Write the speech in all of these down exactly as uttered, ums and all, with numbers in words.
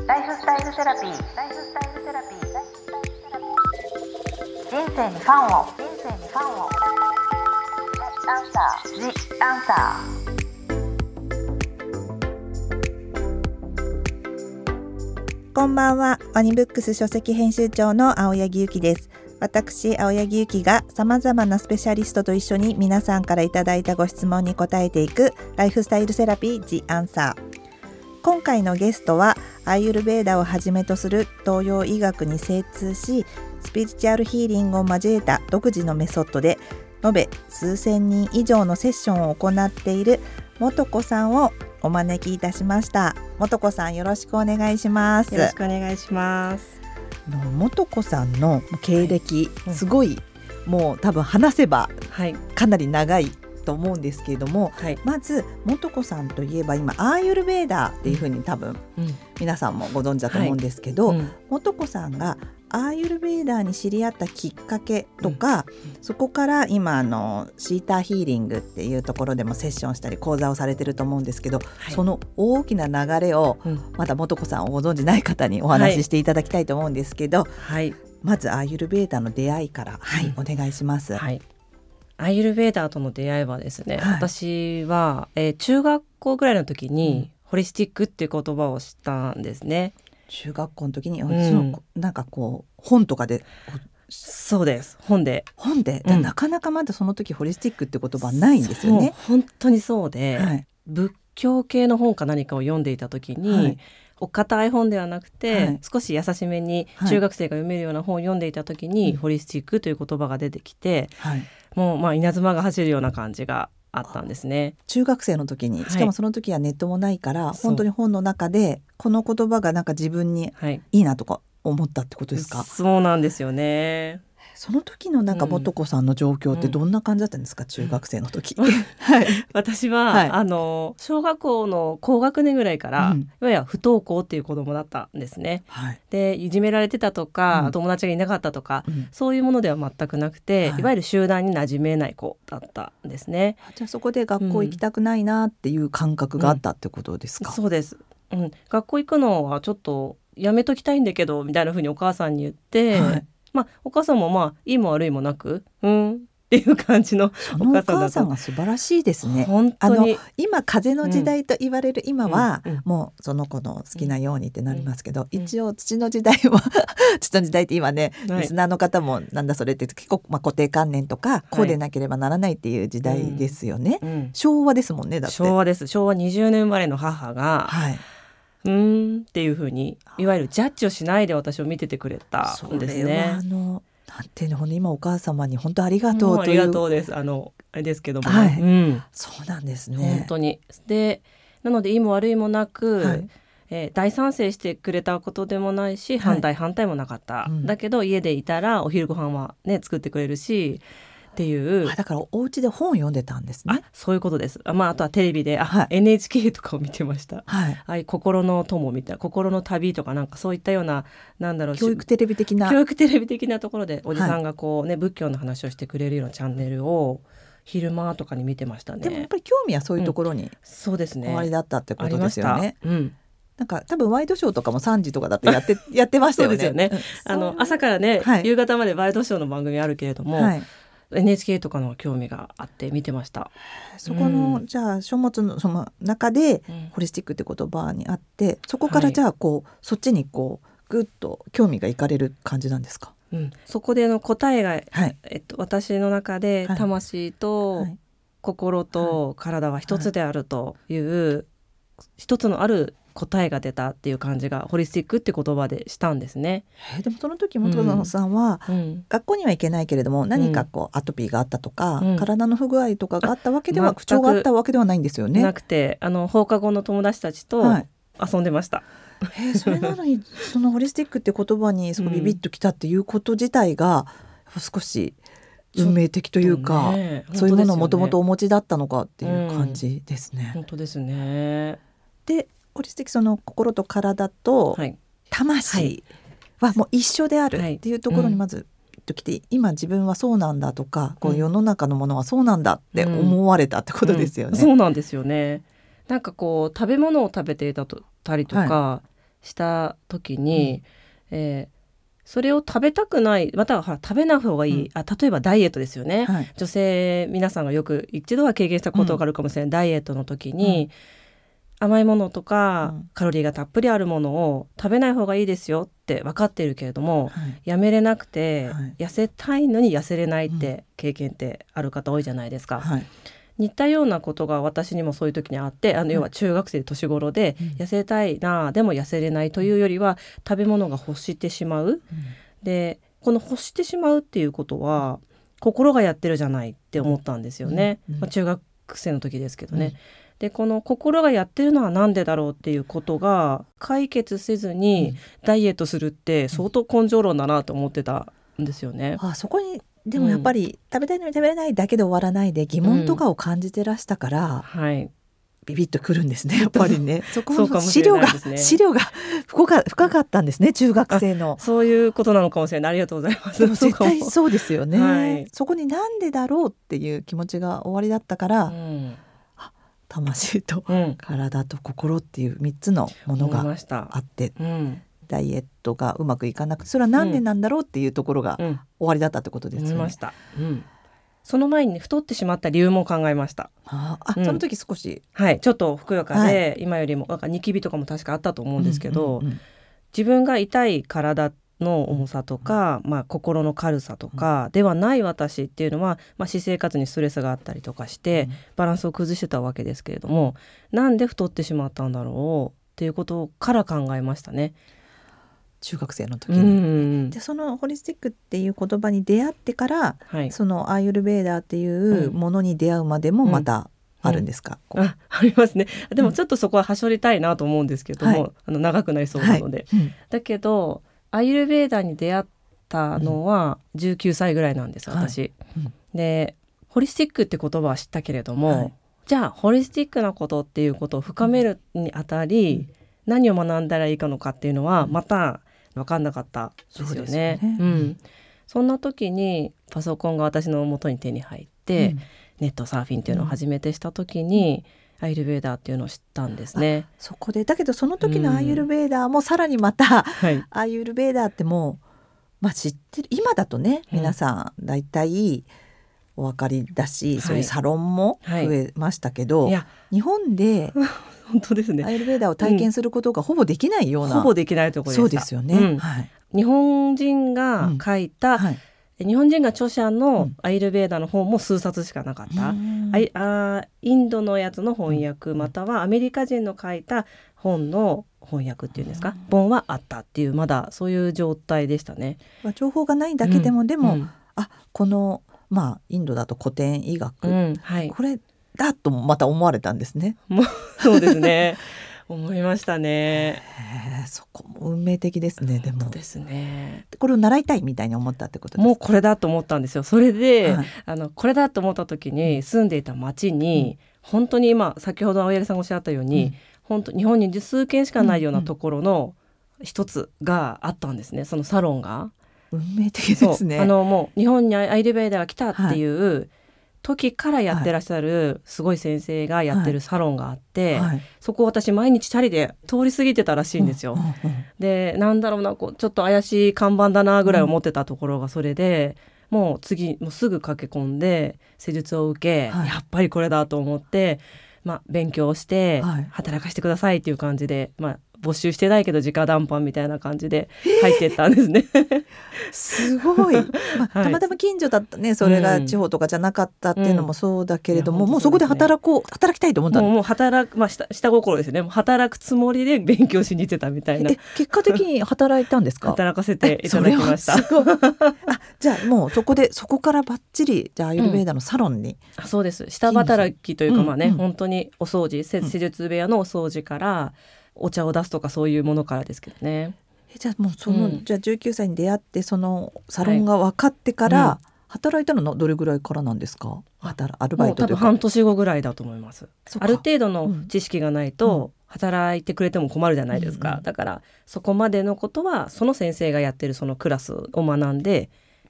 ライフスタイルセラピー。ライフスタイルセラピー。人生にファンを。人生にファンを。アンサー。ジアンサー。こんばんは。ワニブックス書籍編集長の青柳ゆきです。私、青柳ゆきが様々なスペシャリストと一緒に皆さんからいただいたご質問に答えていくライフスタイルセラピージアンサー。今回のゲストはアーユルヴェーダをはじめとする東洋医学に精通し、スピリチュアルヒーリングを交えた独自のメソッドで延べ数千人以上のセッションを行っている素子さんをお招きいたしました。素子さん、よろしくお願いします。 よろしくお願いします。 素子さんの経歴、はい、すごい、うん、もう多分話せばかなり長いと思うんですけれども、はい、まず素子さんといえば今アーユルヴェーダっていうふうに多分、うん、皆さんもご存知だと思うんですけど、はい、うん、素子さんがアーユルヴェーダーに知り合ったきっかけとか、うん、そこから今あのシーターヒーリングっていうところでもセッションしたり講座をされてると思うんですけど、はい、その大きな流れを、うん、まだ素子さんをご存知ない方にお話ししていただきたいと思うんですけど、はい、まずアーユルヴェーダーの出会いから、はい、うん、お願いします。 はい、アーユルヴェーダーとの出会いはですね、はい、私は、えー、中学校ぐらいの時に、うん、ホリスティックっていう言葉を知ったんですね。 中学校の時に、うん、そのなんかこう本とかで。 そうです、本で本で、うん、なかなかまだその時ホリスティックって言葉ないんですよね。 本当にそうで、はい、仏教系の本か何かを読んでいた時に、はい、お堅い本ではなくて、はい、少し優しめに中学生が読めるような本を読んでいた時に、はい、ホリスティックという言葉が出てきて、はい、もうまあ稲妻が走るような感じがあったんですね。 中学生の時に、しかもその時はネットもないから、はい、本当に本の中でこの言葉がなんか自分にいいなとか思ったってことですか？ はい、そうなんですよね。 その時のなんか素子さんの状況ってどんな感じだったんですか、うん、中学生の時、はい、 私は、はい、あの小学校の高学年ぐらいから、うん、いわゆる不登校っていう子供だったんですね、はい、でいじめられてたとか、うん、友達がいなかったとか、うん、そういうものでは全くなくて、はい、いわゆる集団に馴染めない子だったんですね。 じゃあそこで学校行きたくないなっていう感覚があったってことですか？ うん、そうです、うん、学校行くのはちょっとやめときたいんだけどみたいな風にお母さんに言って、はい、まあ、お母さんもまあいいも悪いもなく、うんっていう感じのお母さんだと。 そのお母さんが素晴らしいですね。 本当にあの今風の時代と言われる今は、うん、もうその子の好きなようにってなりますけど、うん、一応土の時代は土の時代って今ね、はい、リスナーの方もなんだそれって結構、まあ、固定観念とか、はい、こうでなければならないっていう時代ですよね、うんうん、昭和ですもんね。だって昭和です。昭和にじゅうねん生まれの母が、はい、うーんっていう風にいわゆるジャッジをしないで私を見ててくれたんですね。 それはあのなんていうの、今お母様に本当ありがとうという、 ありがとうです、あのあれですけども、 はい、 うん、 そうなんですね。 本当に。でなのでいいも悪いもなく、はい、えー、大賛成してくれたことでもないし、反対、はい、反対もなかった、うん、だけど家でいたらお昼ご飯はね作ってくれるしっていう。 だからお家で本読んでたんですね。 あ、そういうことです。あ、まあ、あとはテレビであ、はい、エヌエイチケー とかを見てました、はい、あい心の友みたいな心の旅とかなんかそういったような、なんだろう、 教育テレビ的な教育テレビ的なところでおじさんがこう、ね、はい、仏教の話をしてくれるようなチャンネルを昼間とかに見てましたね。 でもやっぱり興味はそういうところに、うん、 そうですね、 終わりだったってことですよね。 うん、 なんか多分ワイドショーとかもさんじとかだってやってやってましたよね。 そうですよね、うん、あの朝からね、はい、夕方までワイドショーの番組あるけれども、はい、エヌエイチケー とかの興味があって見てました。 そこの、うん、じゃあ書物のその中で、うん、ホリスティックって言葉にあってそこからじゃあこう、はい、そっちにこうぐっと興味がいかれる感じなんですか？ うん、そこでの答えが、はい、えっと、私の中で魂と心と体は一つであるという、はい、一つのある答えが出たっていう感じがホリスティックって言葉でしたんですね。 えー、でもその時本野さんは、うん、学校には行けないけれども何かこうアトピーがあったとか、うん、体の不具合とかがあったわけでは、不調があったわけではないんですよね。 なくて、あの放課後の友達たちと遊んでました、はい。 えー、それなのにそのホリスティックって言葉にすごいビビッときたっていうこと自体が少し運命的というか、ね、そういうものをもともとお持ちだったのかっていう感じですね。 うん、本当ですね。 でホリスティック、その心と体と魂はもう一緒であるっていうところにまずときて、はい、うん、今自分はそうなんだとか、こう世の中のものはそうなんだって思われたってことですよね。 うんうん、そうなんですよね。なんかこう食べ物を食べていたりとか、はい、 した時に、うんえーそれを食べたくないまたはほら食べない方がいい、うん、あ例えばダイエットですよね、はい、女性皆さんがよく一度は経験したことがあるかもしれない、うん、ダイエットの時に、うん、甘いものとか、うん、カロリーがたっぷりあるものを食べない方がいいですよって分かってるけれども、はい、やめれなくて、はい、痩せたいのに痩せれないって経験ってある方多いじゃないですか、はい、似たようなことが私にもそういう時にあってあの要は中学生年頃で、うん、痩せたいなでも痩せれないというよりは食べ物が欲してしまう、うん、でこの欲してしまうっていうことは心がやってるじゃないって思ったんですよね、うんうんまあ、中学生の時ですけどね、うん、でこの心がやってるのはなんでだろうっていうことが解決せずにダイエットするって相当根性論だなと思ってたんですよね、 うん、あそこにでもやっぱり、うん、食べたいのに食べれないだけで終わらないで疑問とかを感じてらしたから、うんはい、ビビッとくるんですねやっぱりねそこの資料が資料が深か、深かったんですね中学生のそういうことなのかもしれないありがとうございますでも絶対そうですよね、はい、そこになんでだろうっていう気持ちが終わりだったから、うん、あ魂と体と心っていうみっつのものがあって、うんダイエットがうまくいかなくてそれはなんでなんだろうっていうところが終わりだったってことですよね、 思いました、うん、その前に太ってしまった理由も考えました。 ああ、うん、その時少しはいちょっとふくよかで、はい、今よりもなんかニキビとかも確かあったと思うんですけど、うんうんうん、自分が痛い体の重さとか、うんまあ、心の軽さとかではない私っていうのは、まあ、私生活にストレスがあったりとかしてバランスを崩してたわけですけれども、なんで太ってしまったんだろうっていうことから考えましたね中学生の時に、うんうん、でそのホリスティックっていう言葉に出会ってから、はい、そのアーユルベーダーっていうものに出会うまでもまたあるんですか、 うんうん、あ, ありますね。でもちょっとそこははしょりたいなと思うんですけども、はい、あの長くなりそうなので、はいうん、だけどアーユルベーダーに出会ったのはじゅうきゅうさいぐらいなんです私、はいうん、でホリスティックって言葉は知ったけれども、はい、じゃあホリスティックなことっていうことを深めるにあたり、うん、何を学んだらいいかのかっていうのはまた分かんなかったですよね。 そうですよね、うん、そんな時にパソコンが私の元に手に入って、うん、ネットサーフィンっていうのを初めてした時に、うん、アーユルベーダーっていうのを知ったんですね。 そこでだけどその時のアーユルベーダーもさらにまた、うん、アーユルベーダーってもう、まあ、知ってる今だとね皆さんだいたいお分かりだし、うん、そういうサロンも増えましたけど、はいはい、日本で本当ですね。 アーユルベーダーを体験することがほぼできないような、 うん、ほぼできないところでした。 そうですよね、うんはい、 日本人が書いた、うんはい、日本人が著者のアーユルベーダーの本も数冊しかなかった、うん、ああインドのやつの翻訳、うん、またはアメリカ人の書いた本の翻訳っていうんですか、うん、本はあったっていうまだそういう状態でしたね。 情報がないだけでも、うん、でも、うん、あこの、まあ、インドだと古典医学、うんはい、これだとまた思われたんですね。 そうですね思いましたね。 そこも運命的ですね。でもですね、 これを習いたいみたいに思ったってことですか。 もうこれだと思ったんですよ。それで、はい、あのこれだと思った時に住んでいた町に、うん、本当に今先ほど青柳さんがおっしゃったように、うん、本当日本に数軒しかないようなところの一つがあったんですね。そのサロンが運命的ですね。 あのもう日本にアーユルベーダーが来たっていう、はい時からやってらっしゃるすごい先生がやってるサロンがあって、はいはい、そこを私毎日チャリで通り過ぎてたらしいんですよ、うんうんうん、でなんだろうなこうちょっと怪しい看板だなぐらい思ってたところがそれで、うん、もう次もうすぐ駆け込んで施術を受け、はい、やっぱりこれだと思って、まあ、勉強して働かせてくださいっていう感じで、まあ募集してないけど直談判みたいな感じで入ってったんですね。 すごい、まあはい、たまたま近所だったね。それが地方とかじゃなかったっていうのもそうだけれども、うんうん、もうそこで働こう働きたいと思ったの。 もう、もう働く、まあ、下, 下心ですよね。もう働くつもりで勉強しに行ってたみたいな。 え結果的に働いたんですか。 働かせていただきました。 すごいあじゃあもうそこでそこからバッチリじゃあアーユルベーダのサロンに、 うん、そうです下働きというか、まあね、うんうん、本当にお掃除施術部屋のお掃除からお茶を出すとかそういうものからですけどね。 えじゃあもうその、うん、じゃあじゅうきゅうさいに出会ってそのサロンが分かってから、はいうん、働いたのはどれぐらいからなんですか。働アルバイトというか。 もう多分半年後ぐらいだと思います。ある程度の知識がないと、うん、働いてくれても困るじゃないですか、うんうん、だからそこまでのことはその先生がやってるそのクラスを学んで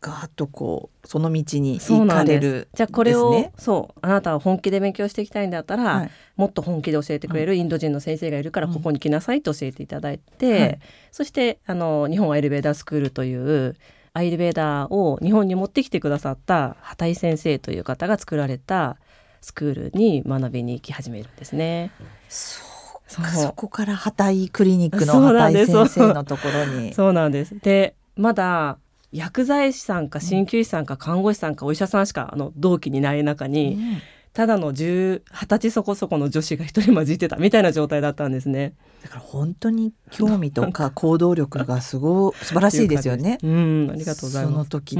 ガーッとこうその道に行かれるですね。 じゃあこれをそうあなたは本気で勉強していきたいんだったら、はい、もっと本気で教えてくれるインド人の先生がいるからここに来なさいと教えていただいて、うんはい、そしてあの日本アイルベーダースクールというアイルベーダーを日本に持ってきてくださった畑井先生という方が作られたスクールに学びに行き始めるんですね。 そうか、そこから畑井クリニックの畑井先生のところに。 そうなんです。でまだ薬剤師さんか鍼灸師さんか看護師さんかお医者さんしかあの同期にない中に、うん、ただのじゅう、はたちそこそこの女子が一人混じってたみたいな状態だったんですね。 だから本当に興味とか行動力がすごい素晴らしいですよね。 うん、ありがとうございます。 その時、うん、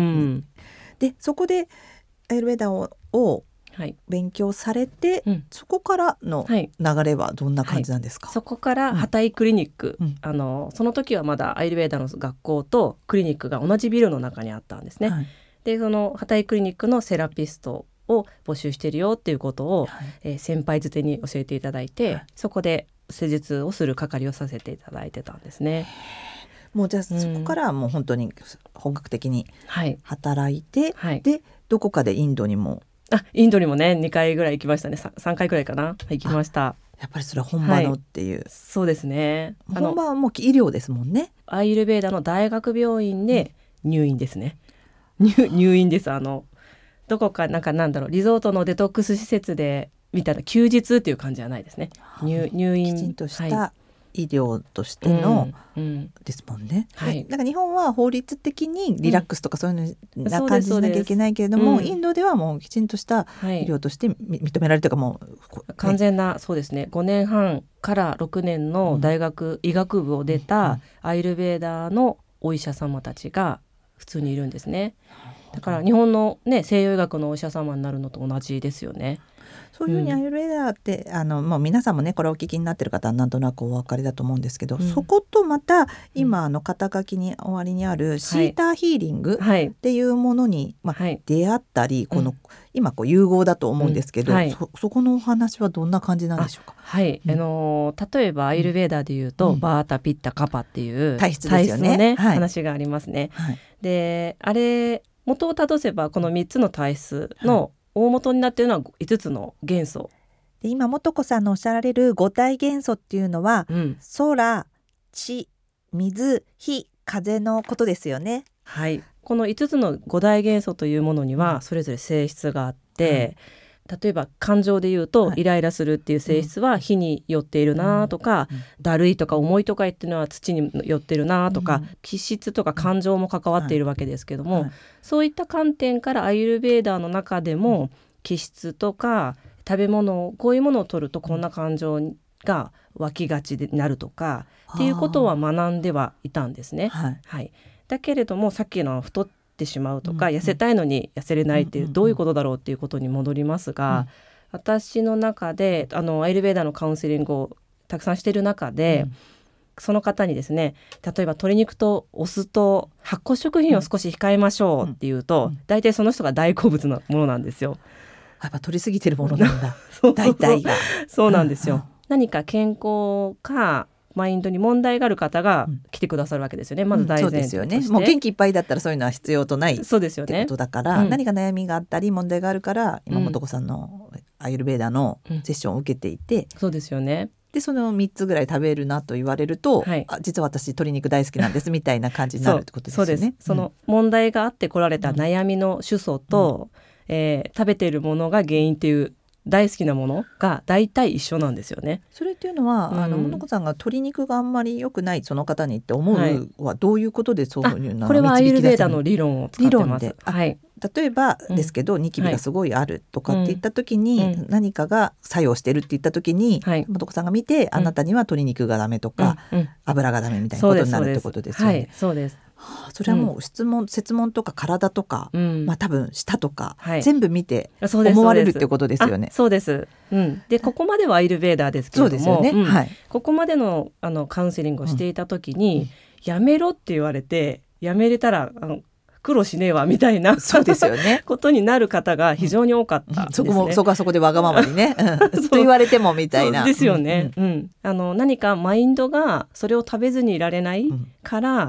でそこでアイルベーダをを勉強されて、はい、そこからの流れはどんな感じなんですか？ はいはい、そこから畑井クリニック、うん、あのその時はまだアイルベーダの学校とクリニックが同じビルの中にあったんですね。はい、でその畑井クリニックのセラピストを募集してるよっていうことを、はいえー、先輩づてに教えていただいて、はい、そこで施術をする係をさせていただいてたんですね。 もうじゃあそこからはもう本当に本格的に働いて、はい、でどこかでインドにもあインドにもねにかいぐらい行きましたね。 さん, さんかいぐらいかな行きました。 やっぱりそれは本場のっていう、はい、 そうですね。 本場はもう医療ですもんね。 アイルベーダの大学病院で入院ですね。入, 入院ですあのどこかなんかなんだろうリゾートのデトックス施設でみたいな休日っていう感じじゃないですね。 入, 入院きちんとした医療としての、はいうん、ですもんね。はい、なんか日本は法律的にリラックスとかそういうのな感じしなきゃいけないけれども、うん、インドではもうきちんとした医療として認められるというかもう、 ね、完全なそうですね。ごねんはんからろくねんの大学、うん、医学部を出たアイルベーダーのお医者様たちが普通にいるんですね。だから日本の、ね、西洋医学のお医者様になるのと同じですよね。 そういうふうにアイルベーダーって、うん、あのもう皆さんもねこれお聞きになってる方はなんとなくお分かりだと思うんですけど、うん、そことまた今あの肩書きに終わりにあるシーターヒーリングっていうものに、はいまあ、出会ったりこの、うん、今こう融合だと思うんですけど、うんはい、そ, そこのお話はどんな感じなんでしょうか？ はい、うんあのー、例えばアイルベーダーでいうと、うん、バータピッタカパっていう体質ですよね。 体質のね、 はい、 話がありますね。はい、であれ元をたどせばこのみっつの体質の大元になっているのはいつつの元素で今素子さんのおっしゃられるご体元素っていうのは、うん、空、地、水、火、風のことですよね。 はい、このいつつのご大元素というものにはそれぞれ性質があって、うん、例えば感情で言うと、はい、イライラするっていう性質は火によっているなとか、うん、だるいとか重いとかっていうのは土によってるなとか、うん、気質とか感情も関わっているわけですけども、はいはい、そういった観点からアイルベーダーの中でも気質とか食べ物こういうものを取るとこんな感情が湧きがちになるとかっていうことは学んではいたんですね。はいはい、だけれどもさっきの太ってしまうとか、うんうん、痩せたいのに痩せれないっていう、うんうん、どういうことだろうっていうことに戻りますが、うん、私の中であのアイルベーダのカウンセリングをたくさんしている中で、うん、その方にですね例えば鶏肉とお酢と発酵食品を少し控えましょうっていうと、うんうん、大体その人が大好物なものなんですよ。 やっぱ取りすぎてるものなんだそう大体がそうなんですよ、うんうん、何か健康かマインドに問題がある方が来てくださるわけですよね、うん、まず大前提として、うん、そうですよね。 もう元気いっぱいだったらそういうのは必要とないそうですよねってことだから、うん、何か悩みがあったり問題があるから今素子さんのアイルベーダのセッションを受けていて、 うん、そうですよね。 でそのみっつぐらい食べるなと言われると、はい、あ実は私鶏肉大好きなんですみたいな感じになるってことですよね。 そうです、うん、その問題があって来られた悩みの主訴と、うんえー、食べているものが原因っていう大好きなものが大体一緒なんですよね。 それっていうのは、うん、あの素子さんが鶏肉があんまり良くないその方にって思うはどういうことでそういうのがこれはアイルベーダの理論を使ってます。 はい、例えばですけど、うん、ニキビがすごいあるとかって言った時に、うん、何かが作用してるって言った時に、はい、素子さんが見て、うん、あなたには鶏肉がダメとか、うん、油がダメみたいなことになるってことですよね。 そうです。 はあ、それはもう質問、うん、設問とか体とか、うんまあ、多分舌とか、はい、全部見て思われるってことですよね。 そうです、うん、でここまではアイルベーダーですけれどもそうですよね、うんはい、ここまで の, あのカウンセリングをしていた時に、うん、やめろって言われてやめれたらあの苦労しねえわみたいなそうですよねことになる方が非常に多かったですね、 うん、そこもそこはそこでわがままにね、うん、と言われてもみたいなですよね、うんうんうん、あの何かマインドがそれを食べずにいられないから、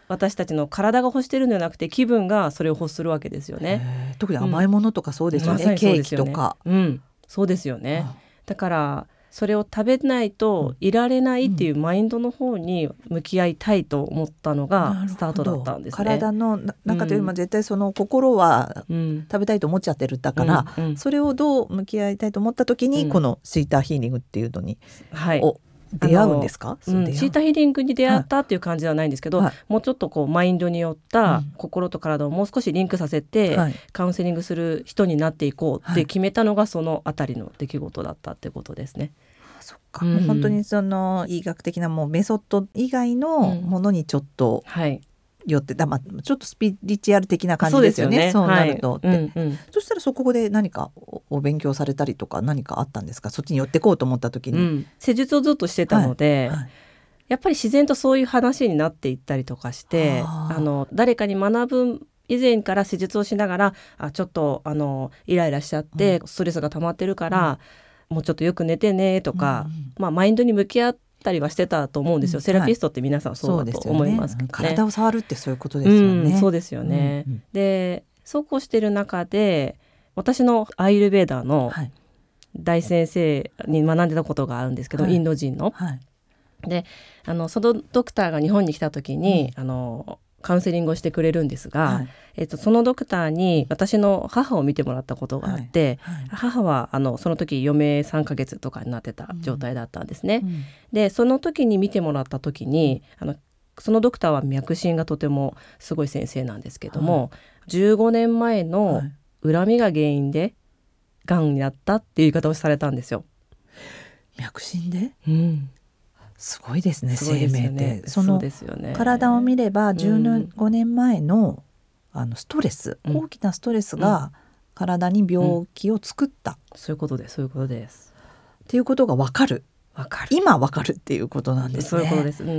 私たちの体が欲してるのではなくて気分がそれを欲するわけですよね。 特に甘いものとかそうですよね、 うん、 ケーキとか、 うん、そうですよね。だからそれを食べないといられないっていうマインドの方に向き合いたいと思ったのがスタートだったんですね。 体の中というよりも絶対その心は食べたいと思っちゃってるだから、うんうん、それをどう向き合いたいと思った時に、うん、このシーターヒーリングっていうのに、はい、を出会うんですか？ うん、シーターヒーリングに出会ったっていう感じではないんですけど、はい、もうちょっとこうマインドによった心と体をもう少しリンクさせて、はい、カウンセリングする人になっていこうって決めたのがそのあたりの出来事だったってことですね。 そっか、うん、もう本当にその医学的なもうメソッド以外のものにちょっと、うん、はいよってだ、まあ、ちょっとスピリチュアル的な感じですよね。そうですよね、そうなるとって、はいうんうん、そしたらそこで何か お, お勉強されたりとか何かあったんですか？そっちに寄ってこうと思った時に、うん、 施術をずっとしてたので、はいはい、やっぱり自然とそういう話になっていったりとかしてあの誰かに学ぶ以前から施術をしながらあちょっとあのイライラしちゃって、うん、ストレスが溜まってるから、うん、もうちょっとよく寝てねとか、うんうんまあ、マインドに向き合ってたりはしてたと思うんですよ、うん、セラピストって皆さんそうだと思いますけどね、 体を触るってそういうことですよね、 うん、そうですよね、うんうん、でそうこうしてる中で私のアイルベーダーの大先生に学んでたことがあるんですけど、はい、インド人の、はい、であのそのドクターが日本に来た時に、うん、あのカウンセリングをしてくれるんですが、はいえっと、そのドクターに私の母を見てもらったことがあって、はいはい、母はあのその時余命さんかげつとかになってた状態だったんですね、うん、でその時に見てもらった時にあのそのドクターは脈診がとてもすごい先生なんですけども、はい、じゅうごねんまえの恨みが原因でがんになったっていう言い方をされたんですよ。 脈診で、 うんすごいですね、生命って。 その体を見ればじゅうごねんまえの、うん、あのストレス、うん、大きなストレスが体に病気を作った、 うん、そういうことですそういうことですっていうことが分かる分かる今分かるっていうことなんですね。 そういうことです、うん、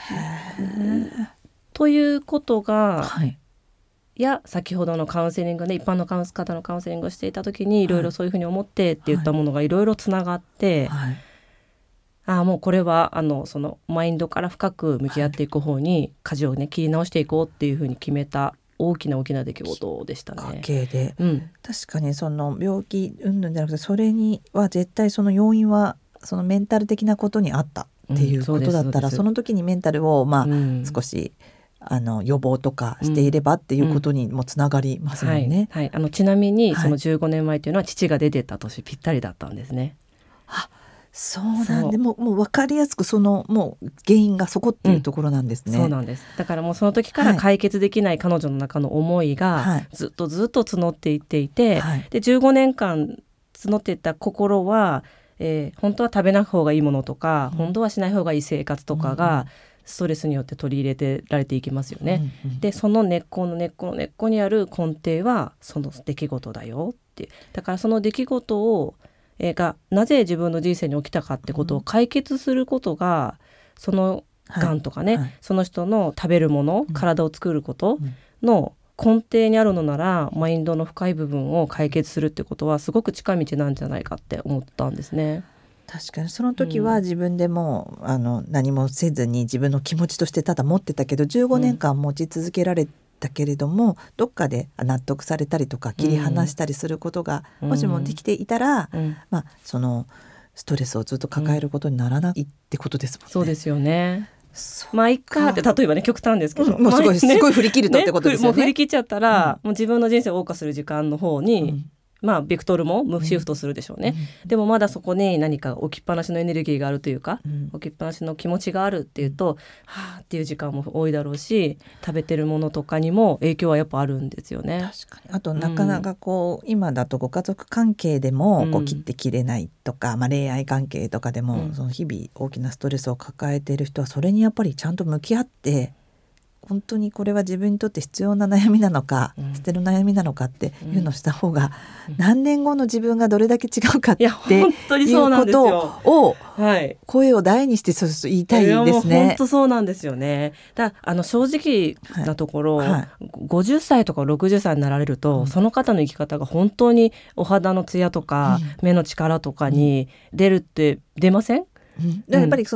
ということが、はい、いや先ほどのカウンセリングで、ね、一般のカウンセ方のカウンセリングをしていた時にいろいろそういうふうに思ってって言ったものがいろいろつながって、はいはいあもうこれはあのそのマインドから深く向き合っていく方に舵をね切り直していこうっていうふうに決めた大きな大きな出来事でしたね。 家系で、うん、確かにその病気云々じゃなくてそれには絶対その要因はそのメンタル的なことにあったっていうことだったら、うん、そ, その時にメンタルをまあ、うん、少しあの予防とかしていればっていうことにもつながりますもんね、うんうんはいはい、あのちなみにそのじゅうごねんまえというのは父が出てた年ぴったりだったんですね。 あそうなんでもう、もう分かりやすくそのもう原因がそこっていうところなんですね、 うん、そうなんです。だからもうその時から解決できない彼女の中の思いがずっとずっと募っていっていて、はい、でじゅうごねんかん募っていった心は、えー、本当は食べない方がいいものとか、うん、本当はしない方がいい生活とかがストレスによって取り入れてられていきますよね、うんうん、でその根っこの根っこの根っこにある根底はその出来事だよって。だからその出来事をがなぜ自分の人生に起きたかってことを解決することが、うん、そのがんとかね、はいはい、その人の食べるもの、うん、体を作ることの根底にあるのなら、マインドの深い部分を解決するってことはすごく近道なんじゃないかって思ったんですね。 確かにその時は自分でも、うん、あの何もせずに自分の気持ちとしてただ持ってたけどじゅうごねんかん持ち続けられだけれども、うん、どっかで納得されたりとか切り離したりすることが、うん、もしもできていたら、うんまあ、そのストレスをずっと抱えることにならないってことですもんね、 そうですよね。まあいっかって例えばね極端ですけど、 うん、もうすごい、ね、すごい振り切るとってことですよね。 もう振り切っちゃったら、うん、もう自分の人生を謳歌する時間の方に、うんまあ、ベクトルもシフトするでしょうね、うん、でもまだそこに何か置きっぱなしのエネルギーがあるというか、うん、置きっぱなしの気持ちがあるっていうと、はぁっていう時間も多いだろうし、食べてるものとかにも影響はやっぱあるんですよね。 確かに。あとなかなかこう、うん、今だとご家族関係でもこう切って切れないとか、うんまあ、恋愛関係とかでも、うん、その日々大きなストレスを抱えている人はそれにやっぱりちゃんと向き合って本当にこれは自分にとって必要な悩みなのか、うん、捨てる悩みなのかっていうのをした方が、うん、何年後の自分がどれだけ違うかっていうことを声を大にしてそうそう言いたいですね。 本当そうなんですよね。だあの正直なところ、はいはい、ごじゅっさいとかろくじゅっさいになられると、うん、その方の生き方が本当にお肌のツヤとか、うん、目の力とかに出るって出ません？ うん、やっぱりその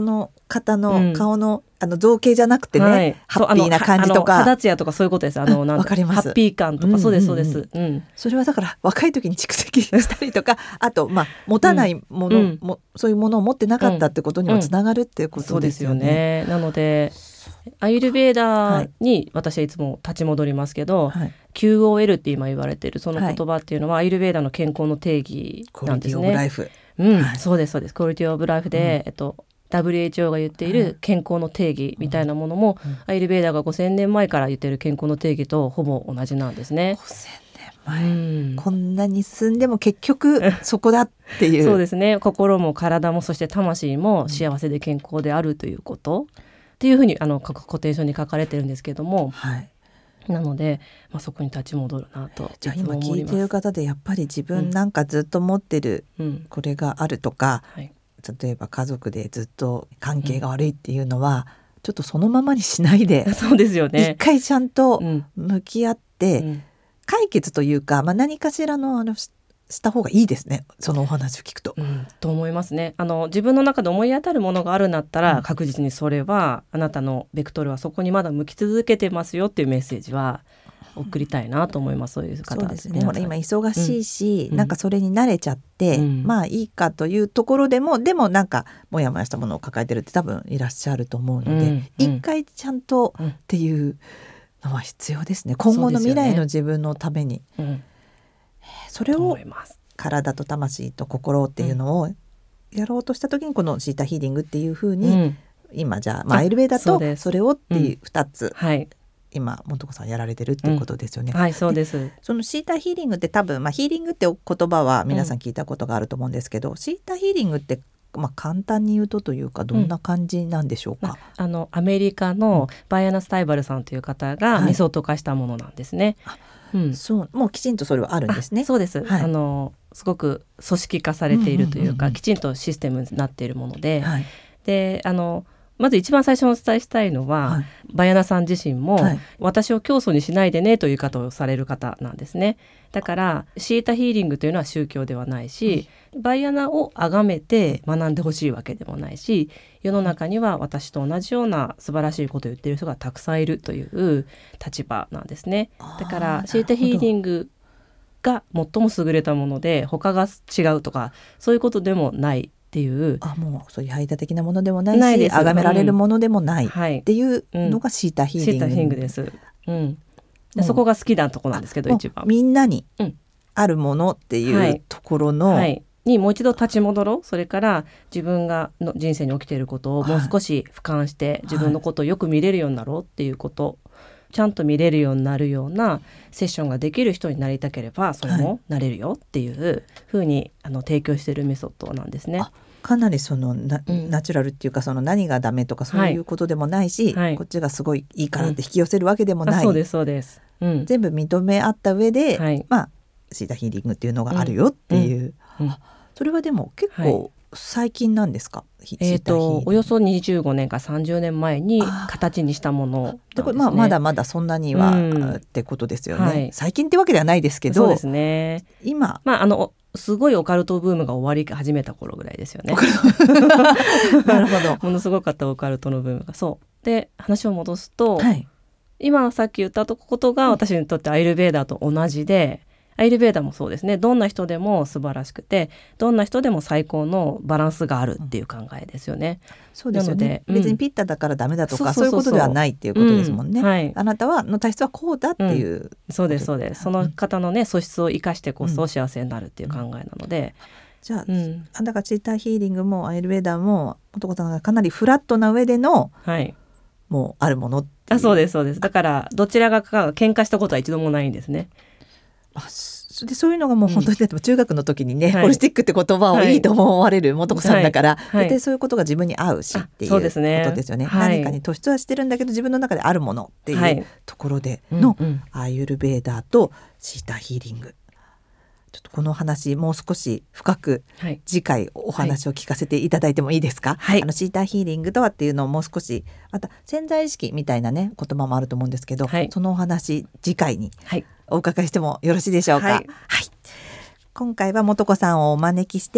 方の顔の、うん、あの造形じゃなくてね、はい、ハッピーな感じとか肌ツヤとかそういうことです。あのなんかハッピー感とか、そうですそうです、うん、 それはだから若い時に蓄積したりとかあとまあ持たないもの、うん、もそういうものを持ってなかったってことにもつながるっていうことですよね、うんうん、そうですよね。 なのでアイルベーダーに私はいつも立ち戻りますけど、はい、キューオーエル って今言われているその言葉っていうのは、はい、アイルベーダーの健康の定義なんですね。クオリティオブライフ、うんはい、そうですそうです。クオリティオブライフで、うんえっと、ダブリューエイチオー が言っている健康の定義みたいなものも、うんうん、アイルベーダーがごせんねんまえから言っている健康の定義とほぼ同じなんですね。 ごせんねんまえ、うん、こんなに進んでも結局そこだっていうそうですね。心も体もそして魂も幸せで健康であるということ、うん、っていうふうにあのコテーションに書かれてるんですけども、はいなので、まあ、そこに立ち戻るなと。 じゃあ今聞いてる方でやっぱり自分なんかずっと持ってるこれがあるとか、うんはい例えば家族でずっと関係が悪いっていうのは、うん、ちょっとそのままにしないでそうですよね。 一回ちゃんと向き合って、うん、解決というか、まあ、何かしらのあのした方がいいですね。そのお話を聞くと、 うん、と思いますね。あの自分の中で思い当たるものがあるんだったら、うん、確実にそれはあなたのベクトルはそこにまだ向き続けてますよっていうメッセージは送りたいなと思います。そういう方そうですね。ほら今忙しいし、うん、なんかそれに慣れちゃって、うん、まあいいかというところでもでもなんかモヤモヤしたものを抱えてるって多分いらっしゃると思うので、うん、一回ちゃんとっていうのは必要ですね。今後の未来の自分のために そ,、ねうん、それを体と魂と心っていうのをやろうとした時にこのシータヒーリングっていう風に、うん、今じゃあ、まあ、アイルベーダとそれをっていうふたつ、うんはい今もとこさんやられてるっていうことですよね、 うん、はいそうです。 そのシータヒーリングって多分、まあ、ヒーリングって言葉は皆さん聞いたことがあると思うんですけど、うん、シータヒーリングって、まあ、簡単に言うとというかどんな感じなんでしょうか、 うん、あのアメリカのバイアナ・スタイバルさんという方がメソッド化したものなんですね、はいうん、 そうもうきちんとそれはあるんですね。 そうです、はい、あのすごく組織化されているというか、うんうんうんうん、きちんとシステムになっているもので、はい、であのまず一番最初にお伝えしたいのは、はい、バイアナさん自身も、はい、私を教祖にしないでねという方をされる方なんですね。だからシータヒーリングというのは宗教ではないし、うん、バイアナを崇めて学んでほしいわけでもないし、世の中には私と同じような素晴らしいことを言っている人がたくさんいるという立場なんですね。だからシータヒーリングが最も優れたもので他が違うとかそういうことでもないっていうあもうそういう排他的なものでもないしないです崇められるものでもないっていうのがシータヒーリング、 シータヒーリングです、うん、でそこが好きなところなんですけど一番みんなにあるものっていうところの、はいはいにもう一度立ち戻ろう。それから自分がの人生に起きていることをもう少し俯瞰して自分のことをよく見れるようになろうっていうこと、はい、ちゃんと見れるようになるようなセッションができる人になりたければそれもなれるよっていうふうにあの提供しているメソッドなんですね。 かなりその ナ,、うん、ナチュラルっていうかその何がダメとかそういうことでもないし、はい、こっちがすごいいいからって引き寄せるわけでもない、うん、 そうですそうです、うん、 全部認め合った上で、はい、まあシータヒーリングっていうのがあるよっていう、うんうん、それはでも結構最近なんですか、 はい、えーとおよそにじゅうごねんかさんじゅうねんまえに形にしたものなんですね。 でこれ、まあ、まだまだそんなには、うん、ってことですよね、はい、最近ってわけではないですけどそうですね今、 まあ、あのすごいオカルトブームが終わり始めた頃ぐらいですよねなるほどものすごかったオカルトのブームがそうで話を戻すと、はい、今さっき言ったことが私にとってアイルベーダーと同じで、アイルベーダーもそうですね。どんな人でも素晴らしくてどんな人でも最高のバランスがあるっていう考えですよね、 うん、そうですよね。なので、うん、別にピッタだからダメだとかそういうことではないっていうことですもんね、うんはい、あなたはの体質はこうだっていう、うん、 そうですそうです。その方のね素質を生かしてこそ幸せになるっていう考えなので、 じゃあ、うん、あんだかチーターヒーリングもアイルベーダーも男さんがかなりフラットな上での、はい、もうあるものっていう。 あそうですそうです。だからどちらがか喧嘩したことは一度もないんですね。 あでそういうのがもう本当に、うん、中学の時にね、はい、ホリスティックって言葉をいいと思われる素子さんだから、はいはい、絶対そういうことが自分に合うしっていうことですよね、はい、何かに突出はしてるんだけど自分の中であるものっていうところでの、はいうんうん、アーユルベーダーとシータヒーリング、ちょっとこの話もう少し深く次回お話を聞かせていただいてもいいですか、はい、あのシータヒーリングとはっていうのをもう少しまた潜在意識みたいなね言葉もあると思うんですけど、はい、そのお話次回にお伺いしてもよろしいでしょうか。はいはい、今回は素子さんをお招きして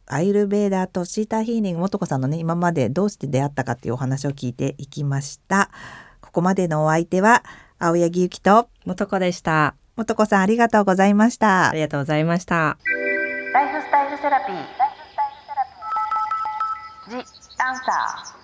アイルベーダーとシータヒーリング、素子さんのね今までどうして出会ったかっていうお話を聞いていきました。ここまでのお相手は青柳ゆきと素子でした。 素子さんありがとうございました。 ありがとうございました。 ライフスタイルセラピー、ライフスタイルセラピー、ジ・アンサー。